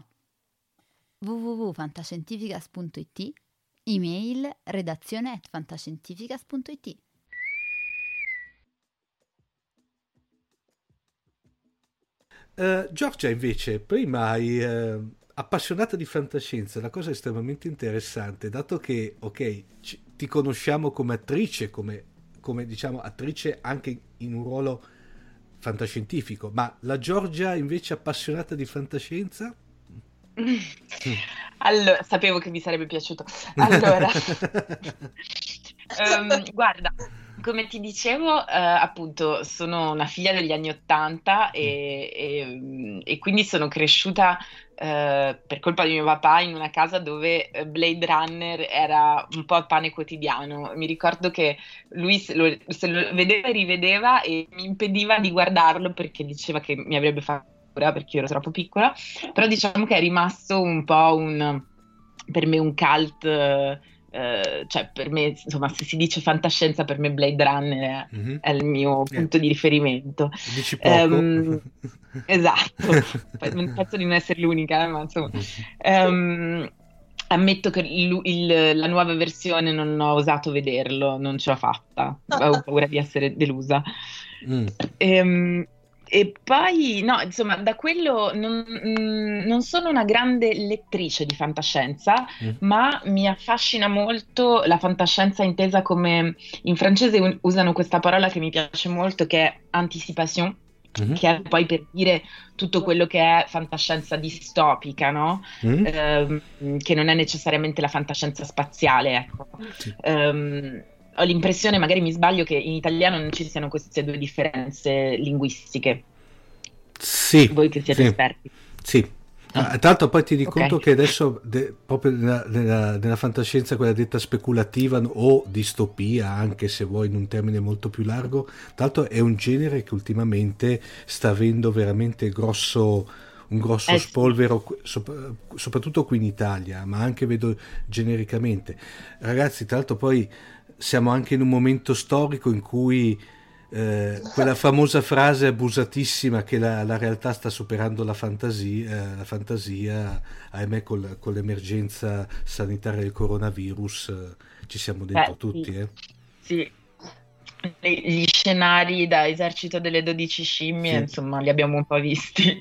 w w w punto fantascientificast punto i t, email redazione at fantascientificast punto i t. Eh, Giorgia, invece, prima hai eh, appassionata di fantascienza, una cosa estremamente interessante, dato che, ok, ci- ti conosciamo come attrice, come, come diciamo attrice anche in un ruolo fantascientifico, ma la Giorgia invece appassionata di fantascienza? Allora, sapevo che vi sarebbe piaciuto. Allora, ehm, guarda, come ti dicevo, eh, appunto, sono una figlia degli anni Ottanta e, e- e quindi sono cresciuta eh, per colpa di mio papà in una casa dove eh, Blade Runner era un po' pane quotidiano. Mi ricordo che lui se lo, se lo vedeva e rivedeva e mi impediva di guardarlo perché diceva che mi avrebbe fatto paura perché io ero troppo piccola, però diciamo che è rimasto un po' un, per me un cult, eh, eh, cioè per me, insomma, se si dice fantascienza, per me Blade Runner è, Mhm. è il mio Eh, punto di riferimento. dici poco. Ehm, esatto, Pe- penso di non essere l'unica, eh, ma insomma. Ehm, ammetto che il- il- la nuova versione non ho osato vederlo, non ce l'ho fatta, avevo paura di essere delusa. Mm. Ehm, e poi, no, insomma, da quello non, mm, non sono una grande lettrice di fantascienza, Mm. ma mi affascina molto la fantascienza intesa come, in francese u- usano questa parola che mi piace molto, che è anticipation, Mhm. che è poi per dire tutto quello che è fantascienza distopica, no? Mm. Ehm, che non è necessariamente la fantascienza spaziale, ecco. Sì. Ehm, ho l'impressione, magari mi sbaglio, che in italiano non ci siano queste due differenze linguistiche. Sì, Voi che siete sì, esperti. sì. Ah, tra l'altro poi ti rendi Ok. conto che adesso de- proprio nella, nella- nella fantascienza, quella detta speculativa o distopia, anche se vuoi in un termine molto più largo, tra l'altro è un genere che ultimamente sta avendo veramente grosso, un grosso Eh sì. spolvero, qui- sop- soprattutto qui in Italia, ma anche vedo genericamente. Ragazzi, tra l'altro poi siamo anche in un momento storico in cui eh, quella famosa frase abusatissima che la, la realtà sta superando la fantasia, eh, la fantasia, ahimè, col- con l'emergenza sanitaria del coronavirus, eh, ci siamo dentro Beh, tutti, sì, eh. sì. E gli scenari da Esercito delle dodici scimmie, Sì. insomma, li abbiamo un po' visti.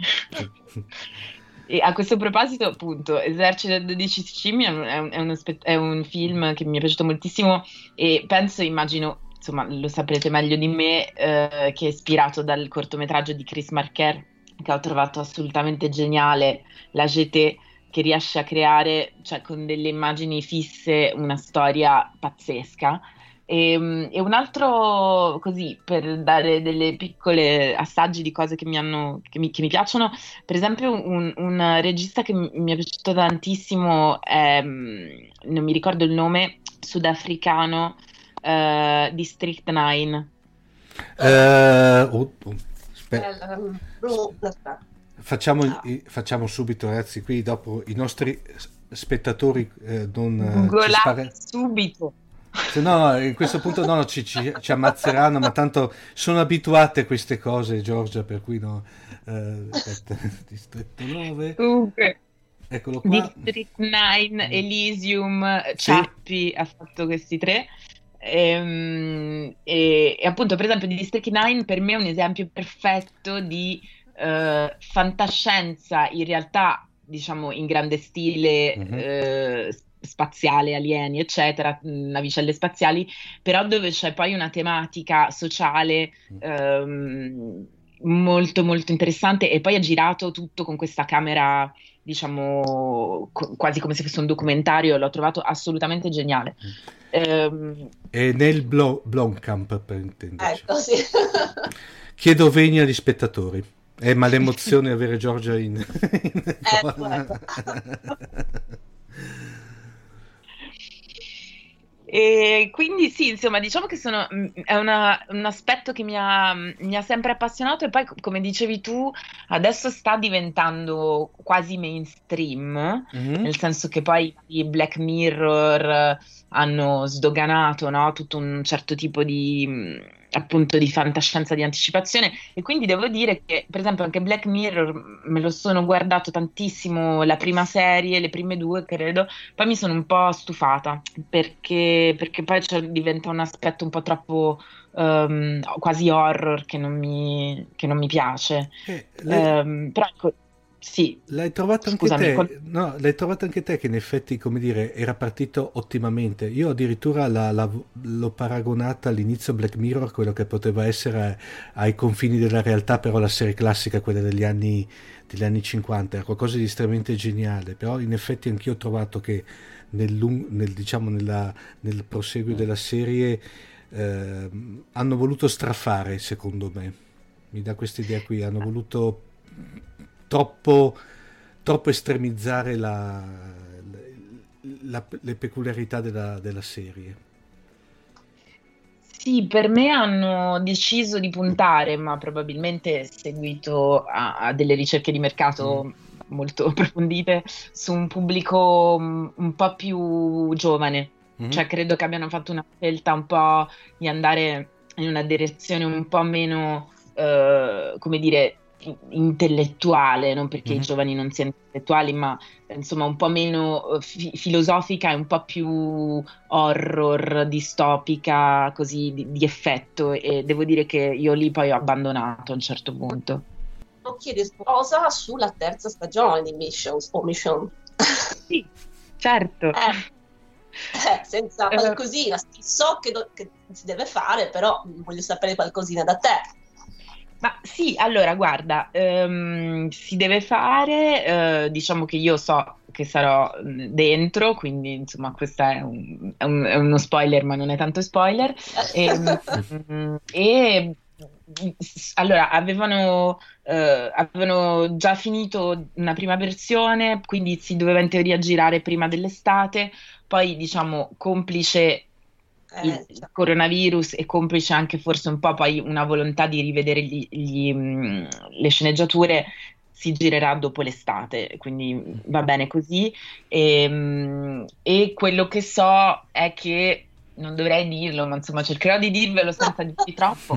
E a questo proposito, appunto, Esercito delle dodici scimmie è un, è un- è uno spe- è un film che mi è piaciuto moltissimo e penso, immagino, insomma, lo saprete meglio di me, eh, che è ispirato dal cortometraggio di Chris Marker, che ho trovato assolutamente geniale, La Jetée, che riesce a creare, cioè, con delle immagini fisse, una storia pazzesca. E, e un altro, così, per dare delle piccole assaggi di cose che mi hanno, che mi, che mi piacciono, per esempio un, un regista che mi, mi è piaciuto tantissimo, è, mm, non mi ricordo il nome, sudafricano, eh, District nine. Eh, oh, oh, aspe- Eh, ehm, Blue- aspetta. facciamo, Ah. i- facciamo subito, ragazzi, qui dopo i nostri s- spettatori eh, non eh, ci Googolate spara- subito. Se no, in questo punto no, ci, ci- ci ammazzeranno, ma tanto sono abituate a queste cose, Giorgia, per cui no. Eh, aspetta, distretto nove, Comunque, eccolo qua. District nine, Elysium, Sì. Chappie ha fatto questi tre. Ehm, E, e appunto, per esempio, District nine per me è un esempio perfetto di eh, fantascienza, in realtà, diciamo, in grande stile, Mhm. eh, spaziale, alieni, eccetera, mh, navicelle spaziali, però dove c'è poi una tematica sociale ehm, molto molto interessante e poi è girato tutto con questa camera, diciamo, co- quasi come se fosse un documentario, l'ho trovato assolutamente geniale. Ehm, E nel Blo- Blomkamp, per intenderci. Ecco, sì. Chiedo venia agli spettatori. Eh, ma l'emozione di avere Giorgia in... in- Ecco, ecco. E quindi sì, insomma, diciamo che sono, mh, è una- un aspetto che mi ha, mi ha sempre appassionato e poi, co- come dicevi tu, adesso sta diventando quasi mainstream, Mhm. nel senso che poi i Black Mirror eh, hanno sdoganato, no, tutto un certo tipo di, mh, appunto, di fantascienza di anticipazione e quindi devo dire che, per esempio, anche Black Mirror mh, me lo sono guardato tantissimo, la prima serie, le prime due, credo. Poi mi sono un po' stufata perché, perché poi c'è- diventa un aspetto un po' troppo ehm, quasi horror che non mi, che non mi piace. Eh, le- Ehm, però ecco, sì. L'hai trovato anche Scusami, te? qual- No, l'hai trovato anche te che in effetti, come dire, era partito ottimamente. Io addirittura la- la- l'ho paragonata all'inizio Black Mirror, quello che poteva essere ai confini della realtà, però la serie classica, quella degli anni, degli anni cinquanta, era qualcosa di estremamente geniale. Però in effetti anch'io ho trovato che nel, lung- nel, diciamo, nella- nel proseguio della serie ehm, hanno voluto strafare, secondo me. Mi dà questa idea qui, hanno voluto troppo, troppo estremizzare la, la- le peculiarità della, della serie. Sì, per me hanno deciso di puntare, ma probabilmente seguito a, a delle ricerche di Mm. mercato molto approfondite, su un pubblico mm, un po' più giovane. Mhm. Cioè, credo che abbiano fatto una scelta un po' di andare in una direzione un po' meno, eh, come dire, in- intellettuale, non perché i Mhm. giovani non siano intellettuali, ma eh, insomma un po' meno eh, fi- filosofica e un po' più horror, distopica, così di, di effetto. E devo dire che io lì poi ho abbandonato a un certo punto. Non chiede sposa sulla terza stagione di Missions o Mission. Sì, certo. Eh, eh, senza Eh, qualcosina, so che, do- che si deve fare, però voglio sapere qualcosina da te. Ma sì, allora guarda, ehm, si deve fare, eh, diciamo che io so che sarò mh, dentro, quindi insomma questo è, un- è un- è uno spoiler, ma non è tanto spoiler. E, mh, e, s- allora avevano, eh, avevano già finito una prima versione, quindi si doveva in teoria girare prima dell'estate, poi diciamo complice il Eh, il coronavirus e complice anche forse un po' poi una volontà di rivedere gli- gli, mh, le sceneggiature, si girerà dopo l'estate, quindi va bene così. E, mh, e quello che so è che, non dovrei dirlo, ma insomma cercherò di dirvelo senza dirvi troppo,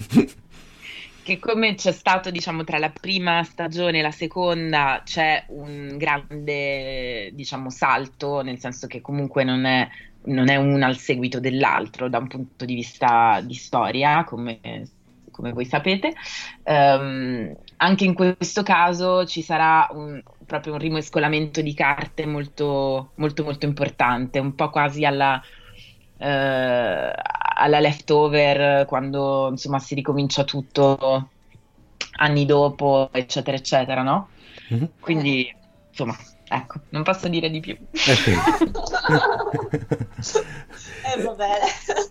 che come c'è stato, diciamo, tra la prima stagione e la seconda, c'è un grande, diciamo, salto, nel senso che comunque non è, non è uno al seguito dell'altro da un punto di vista di storia, come, come voi sapete. Ehm, anche in questo caso ci sarà un- proprio un rimescolamento di carte molto, molto, molto importante, un po' quasi alla eh, alla leftover, quando insomma si ricomincia tutto anni dopo, eccetera, eccetera, no? Mhm. Quindi, insomma, ecco, non posso dire di più. Ok. eh, va bene.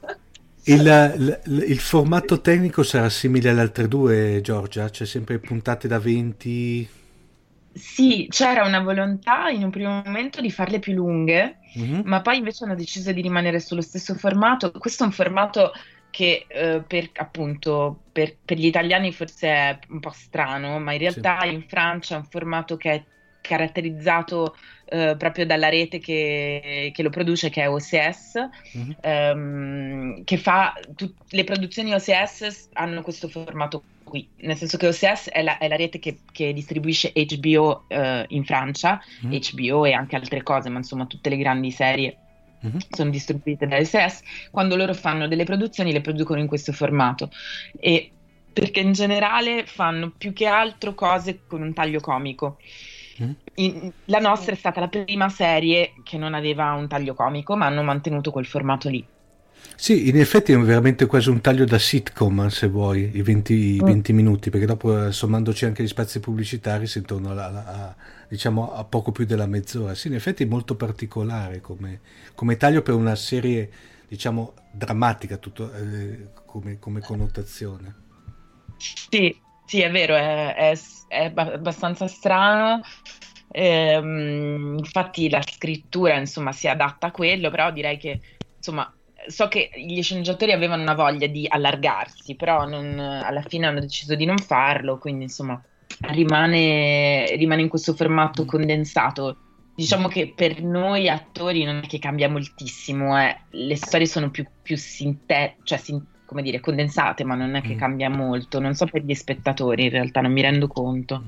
Il, il- il formato tecnico sarà simile alle altre due, Giorgia? C'è sempre puntate da venti? Sì, c'era una volontà in un primo momento di farle più lunghe, Mhm. ma poi invece hanno deciso di rimanere sullo stesso formato. Questo è un formato che eh, per, appunto per, per gli italiani forse è un po' strano, ma in Sì. realtà in Francia è un formato che è caratterizzato eh, proprio dalla rete che, che lo produce, che è O C S, Mhm. ehm, che fa tut- le produzioni O C S hanno questo formato qui, nel senso che O C S è la, è la rete che, che distribuisce H B O eh, in Francia, Mhm. H B O e anche altre cose, ma insomma tutte le grandi serie Mhm. sono distribuite da O C S. Quando loro fanno delle produzioni le producono in questo formato, e perché in generale fanno più che altro cose con un taglio comico. Mhm. In- la nostra è stata la prima serie che non aveva un taglio comico, ma hanno mantenuto quel formato lì. Sì, in effetti è veramente quasi un taglio da sitcom, se vuoi, i venti, i Mm. venti minuti, perché dopo eh, sommandoci anche gli spazi pubblicitari si torna alla- alla- a, diciamo, a poco più della mezz'ora. Sì, in effetti è molto particolare come, come taglio per una serie, diciamo, drammatica tutto, eh, come, come connotazione. Sì, sì, è vero, è, è- è ba- abbastanza strano. Ehm, infatti la scrittura, insomma, si adatta a quello, però direi che, insomma, so che gli sceneggiatori avevano una voglia di allargarsi, però non- alla fine hanno deciso di non farlo, quindi, insomma, rimane, rimane in questo formato condensato. Diciamo che per noi attori non è che cambia moltissimo, eh. Le storie sono più, più sinte- cioè, sin- come dire, condensate, ma non è che Mm. cambia molto. Non so per gli spettatori, in realtà non mi rendo conto.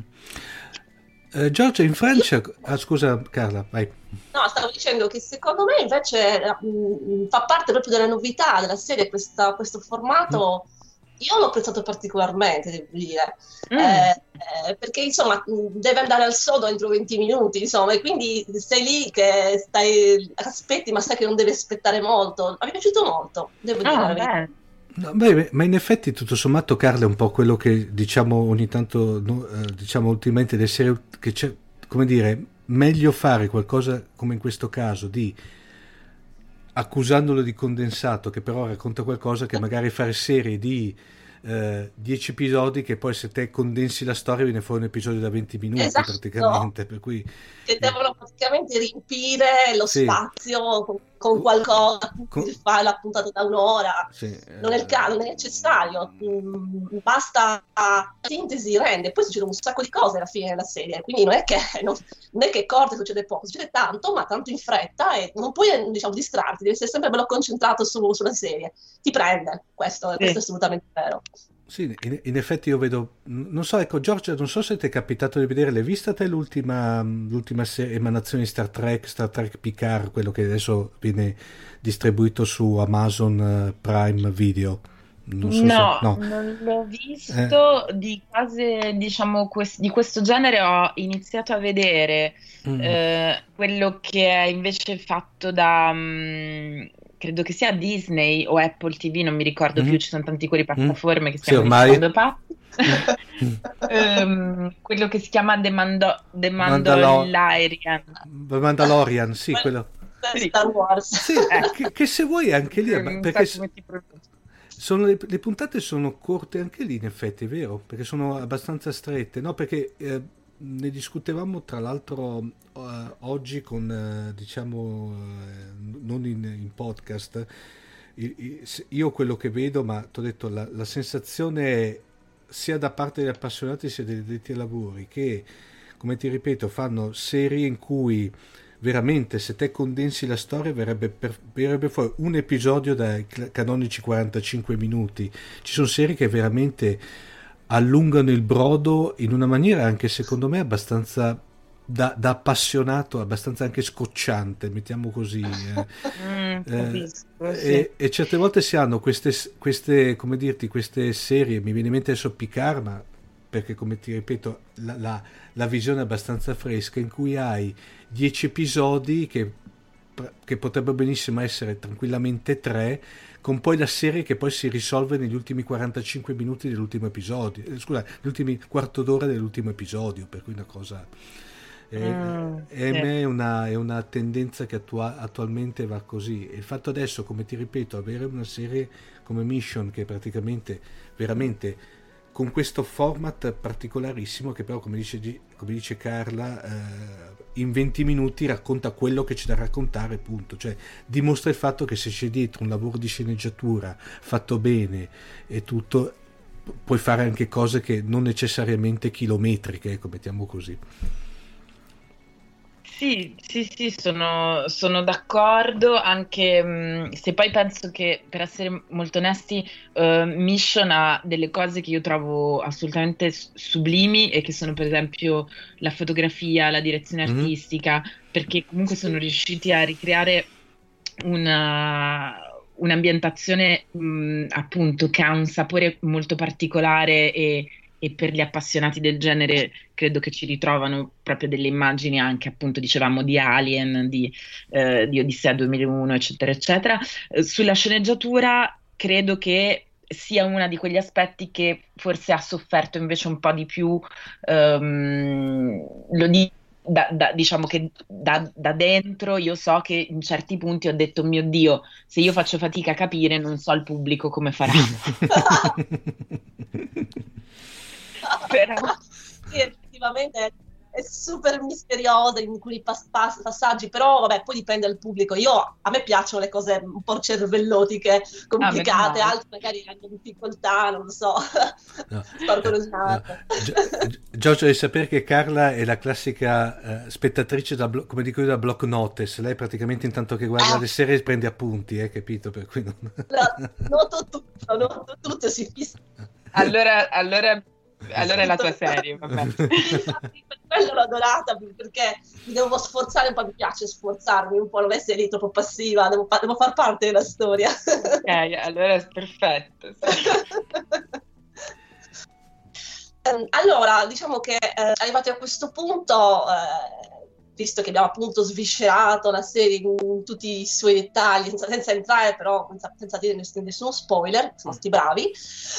Eh, Giorgia, in Francia... Ah, scusa Carla, vai. No, stavo dicendo che secondo me invece mh, fa parte proprio della novità della serie questa- questo formato Io l'ho apprezzato particolarmente, devo dire, Mm. eh, eh, perché insomma deve andare al sodo entro venti minuti, insomma, e quindi sei lì che stai, aspetti, ma sai che non devi aspettare molto. Mi è piaciuto molto, devo dire la Ah, verità. beh. No, beh, ma in effetti tutto sommato Carla è un po' quello che diciamo ogni tanto, no, eh, diciamo ultimamente delle serie, che c'è, come dire, meglio fare qualcosa come in questo caso di accusandolo di condensato, che però racconta qualcosa, che magari fare serie di eh, dieci episodi che poi se te condensi la storia viene fuori un episodio da venti minuti Esatto, praticamente, per cui che eh, devono praticamente riempire lo sì, spazio con, con Co- qualcosa, co- quindi fare la puntata da un'ora. sì, Non è il eh, caso, non è necessario, mm, basta la sintesi rende, poi succede un sacco di cose alla fine della serie, quindi non è che, non, non è che corte succede poco, succede tanto, ma tanto in fretta e non puoi, diciamo, distrarti, devi essere sempre bello concentrato su- sulla serie, ti prende, questo, questo è Sì. assolutamente vero. sì, in, in effetti io vedo, non so, ecco Giorgia, non so se ti è capitato di vedere, l'hai vista te l'ultima, l'ultima se- emanazione di Star Trek, Star Trek Picard, quello che adesso viene distribuito su Amazon eh, Prime Video? Non so No, se, no. non l'ho Eh, visto. Di cose, diciamo, quest- di questo genere ho iniziato a vedere mm, eh, quello che è invece fatto da, mm, credo che sia Disney o Apple T V, non mi ricordo più, mm, ci sono tanti quelle mm. piattaforme che Sì, stiamo ormai. diventando pazzi. Mm, mm. Ehm, quello che si chiama The, Mando- The Mandalo- Mandalorian. The Mandalorian, sì, quello. Sì. Star Wars. Sì, che, che se vuoi anche lì, Non perché so come ti pronunci. sono le, le puntate sono corte anche lì, in effetti, è vero, perché sono abbastanza strette, no? Perché eh, ne discutevamo tra l'altro eh, oggi con, eh, diciamo, eh, non in, in podcast. I- i- se- Io quello che vedo, ma ti ho detto, la, la sensazione è, sia da parte degli appassionati sia degli addetti ai lavori, che, come ti ripeto, fanno serie in cui veramente se te condensi la storia verrebbe, per, verrebbe fuori un episodio dai cl- canonici quarantacinque minuti. Ci sono serie che veramente allungano il brodo in una maniera anche secondo me abbastanza da, da appassionato, abbastanza anche scocciante, mettiamo così. eh. Mm, Eh, capisco, sì. e, e certe volte si hanno queste, queste, come dirti, queste serie, mi viene in mente adesso Picard, ma perché come ti ripeto la, la, la visione è abbastanza fresca, in cui hai dieci episodi che, che potrebbero benissimo essere tranquillamente tre, con poi la serie che poi si risolve negli ultimi quarantacinque minuti dell'ultimo episodio, eh, scusa, gli ultimi quarto d'ora dell'ultimo episodio, per cui una cosa... E, Mm, e a sì. me è una, è una tendenza che attua- attualmente va così. E il fatto adesso, come ti ripeto, avere una serie come Mission che praticamente veramente con questo format particolarissimo, che però come dice, Gi- come dice Carla, eh, in venti minuti racconta quello che c'è da raccontare, punto. Cioè dimostra il fatto che se c'è dietro un lavoro di sceneggiatura fatto bene e tutto, pu- puoi fare anche cose che non necessariamente chilometriche, ecco, mettiamo così. Sì, sì, sì, sono, sono d'accordo, anche mh, se poi penso che, per essere molto onesti, eh, Mission ha delle cose che io trovo assolutamente s- sublimi e che sono per esempio la fotografia, la direzione Mhm. artistica, perché comunque sono riusciti a ricreare una, un'ambientazione mh, appunto che ha un sapore molto particolare e, e per gli appassionati del genere credo che ci ritrovano proprio delle immagini anche appunto dicevamo di Alien, di, eh, di Odissea duemilauno eccetera eccetera. Eh, sulla sceneggiatura credo che sia uno di quegli aspetti che forse ha sofferto invece un po' di più, ehm, lo dico da, da- diciamo che da, da dentro io so che in certi punti ho detto mio Dio, se io faccio fatica a capire non so il pubblico come farà. Però Sì, effettivamente è, è super misteriosa in alcuni pas- pas- passaggi, però vabbè, poi dipende dal pubblico. Io, a me piacciono le cose un po' cervellotiche, complicate, meno male. altri magari hanno difficoltà, non lo so, No, storcono eh, il no. naso. Gio- Gio- Giorgio, devi sapere che Carla è la classica eh, spettatrice da blo- come dico io da block notice. Lei praticamente intanto che guarda Ah. le serie prende appunti, eh, capito? Per cui non... No, noto tutto, noto tutto, si fissa. allora, allora, allora è la tua serie, vabbè. Infatti, quello l'ho adorata perché mi devo sforzare un po', mi piace sforzarmi un po', non essere lì troppo passiva, devo, fa- devo far parte della storia. Ok, allora è perfetto. Sì. Allora, diciamo che eh, arrivati a questo punto, eh, visto che abbiamo appunto sviscerato la serie in tutti i suoi dettagli, senza, senza entrare però, senza, senza dire nessuno, nessuno spoiler, siamo stati bravi,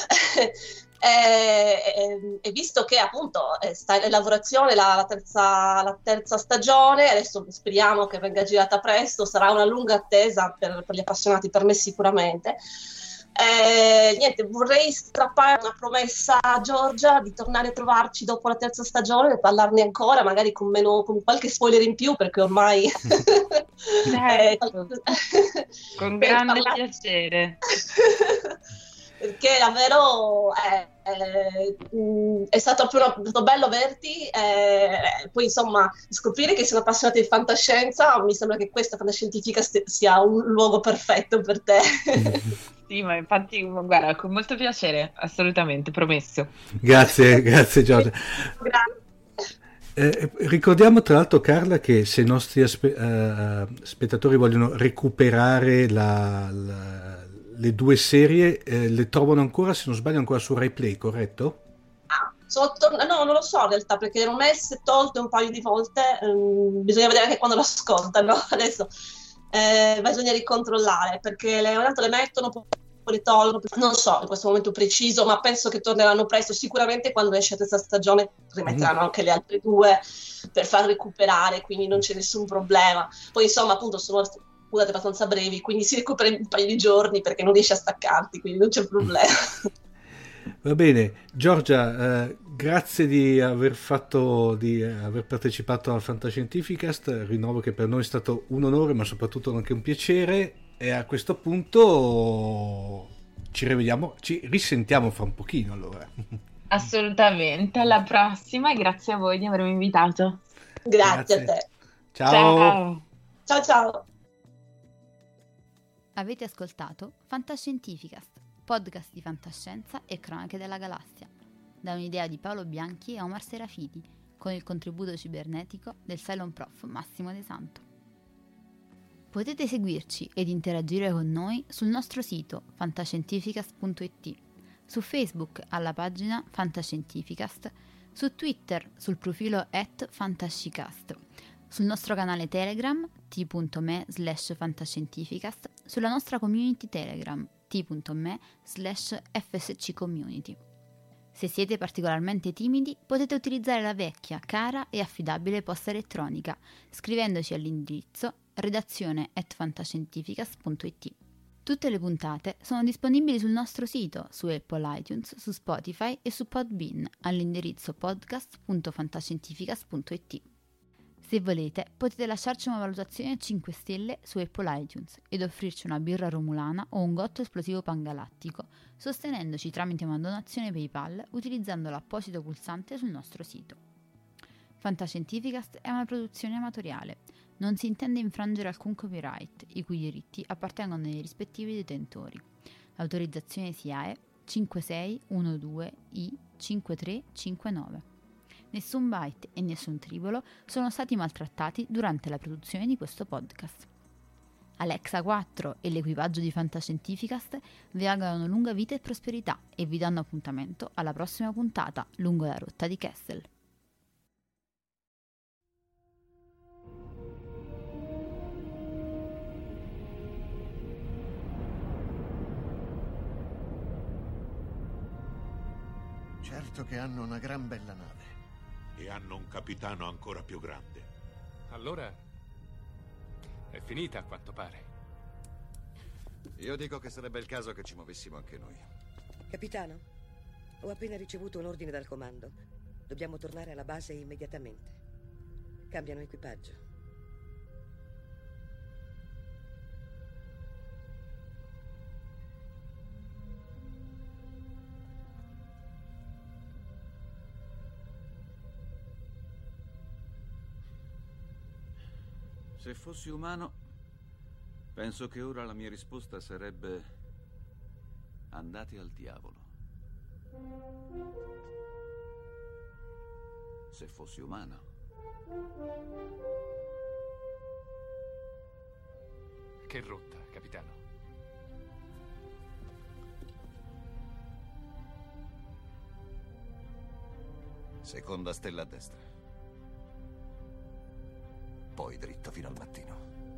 e, e visto che appunto eh, sta in lavorazione la, la, terza, la terza stagione, adesso speriamo che venga girata presto, sarà una lunga attesa per, per gli appassionati, per me sicuramente. Eh, niente, vorrei strappare una promessa a Giorgia di tornare a trovarci dopo la terza stagione e parlarne ancora, magari con meno, con qualche spoiler in più, perché ormai certo. eh, Con grande parlare... piacere. Perché davvero è, è, è stato proprio è stato bello averti, e poi insomma scoprire che sono appassionata di fantascienza, mi sembra che questa fantascientifica st- sia un luogo perfetto per te. Sì, ma infatti, guarda, con molto piacere, assolutamente, promesso. Grazie, grazie Giorgia. Grazie. Eh, ricordiamo tra l'altro, Carla, che se i nostri aspe- uh, spettatori vogliono recuperare la, la, le due serie, eh, le trovano ancora, se non sbaglio, ancora su Rai Play, corretto? Ah, sotto... No, non lo so in realtà, perché le erano messe e tolte un paio di volte, um, bisogna vedere anche quando lo ascoltano, adesso eh, bisogna ricontrollare, perché le, tanto le mettono, poi le tolgono, non so in questo momento preciso, ma penso che torneranno presto, sicuramente quando esce questa stagione rimetteranno mm. anche le altre due per far recuperare, quindi non c'è nessun problema. Poi insomma appunto sono puntate abbastanza brevi, quindi si recupera in un paio di giorni perché non riesci a staccarti, quindi non c'è problema. Va bene, Giorgia, eh, grazie di aver fatto, di aver partecipato al Fantascientificast. Rinnovo che per noi è stato un onore, ma soprattutto anche un piacere. E a questo punto ci rivediamo, ci risentiamo fra un pochino allora. Assolutamente, alla prossima e grazie a voi di avermi invitato. Grazie, Grazie. a te. Ciao. Ciao. Ciao ciao. Avete ascoltato Fantascientificast, podcast di fantascienza e cronache della galassia, da un'idea di Paolo Bianchi e Omar Serafiti, con il contributo cibernetico del Cylon Prof Massimo De Santo. Potete seguirci ed interagire con noi sul nostro sito fantascientificast punto it, su Facebook alla pagina Fantascientificast, su Twitter sul profilo at fantascicast, sul nostro canale Telegram t.me slash fantascientificast, sulla nostra community Telegram t.me slash fsccommunity. Se siete particolarmente timidi, potete utilizzare la vecchia, cara e affidabile posta elettronica, scrivendoci all'indirizzo redazione at fantascientificast punto it. Tutte le puntate sono disponibili sul nostro sito, su Apple iTunes, su Spotify e su Podbean all'indirizzo podcast punto fantascientificast punto it. Se volete, potete lasciarci una valutazione a cinque stelle su Apple iTunes ed offrirci una birra romulana o un gotto esplosivo pangalattico, sostenendoci tramite una donazione PayPal utilizzando l'apposito pulsante sul nostro sito. Fantascientificast è una produzione amatoriale. Non si intende infrangere alcun copyright, i cui diritti appartengono ai rispettivi detentori. L'autorizzazione S I A E cinque sei uno due I cinque tre cinque nove. Nessun byte e nessun tribolo sono stati maltrattati durante la produzione di questo podcast. Alexa quattro e l'equipaggio di Fantascientificast vi augurano lunga vita e prosperità e vi danno appuntamento alla prossima puntata lungo la rotta di Kessel. Certo che hanno una gran bella nave. E hanno un capitano ancora più grande. Allora è finita a quanto pare. Io dico che sarebbe il caso che ci muovessimo anche noi. Capitano, ho appena ricevuto un ordine dal comando. Dobbiamo tornare alla base immediatamente. Cambiano equipaggio. Se fossi umano, penso che ora la mia risposta sarebbe: andate al diavolo. se fossi umano. Che rotta, capitano? Seconda stella a destra. Poi dritto fino al mattino.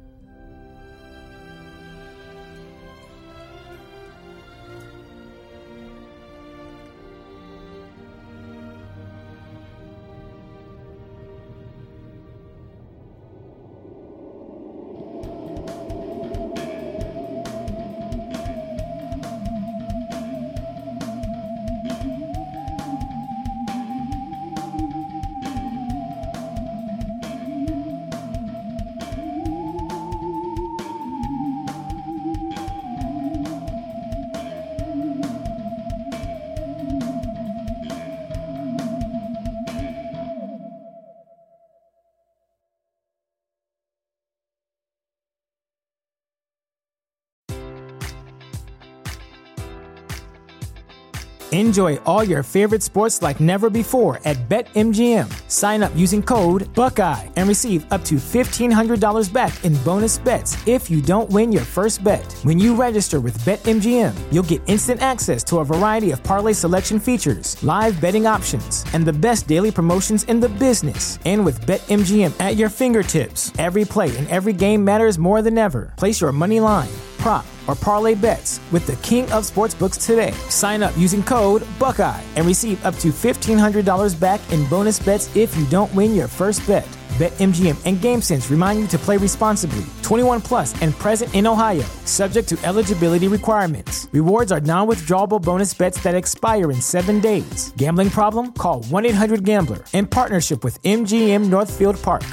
Enjoy all your favorite sports like never before at BetMGM. Sign up using code Buckeye and receive up to fifteen hundred dollars back in bonus bets if you don't win your first bet. When you register with BetMGM, you'll get instant access to a variety of parlay selection features, live betting options, and the best daily promotions in the business. And with BetMGM at your fingertips, every play and every game matters more than ever. Place your money line, prop, or parlay bets with the king of sportsbooks today. Sign up using code Buckeye and receive up to fifteen hundred dollars back in bonus bets if you don't win your first bet. BetMGM and GameSense remind you to play responsibly. twenty-one plus and present in Ohio, subject to eligibility requirements. Rewards are non-withdrawable bonus bets that expire in seven days. Gambling problem? Call one eight hundred gambler in partnership with M G M Northfield Park.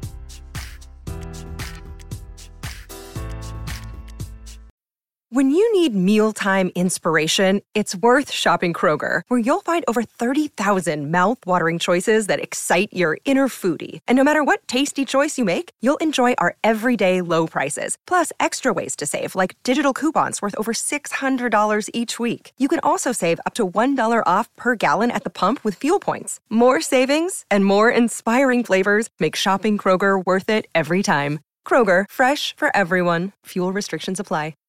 When you need mealtime inspiration, it's worth shopping Kroger, where you'll find over thirty thousand mouth-watering choices that excite your inner foodie. And no matter what tasty choice you make, you'll enjoy our everyday low prices, plus extra ways to save, like digital coupons worth over six hundred dollars each week. You can also save up to one dollar off per gallon at the pump with fuel points. More savings and more inspiring flavors make shopping Kroger worth it every time. Kroger, fresh for everyone. Fuel restrictions apply.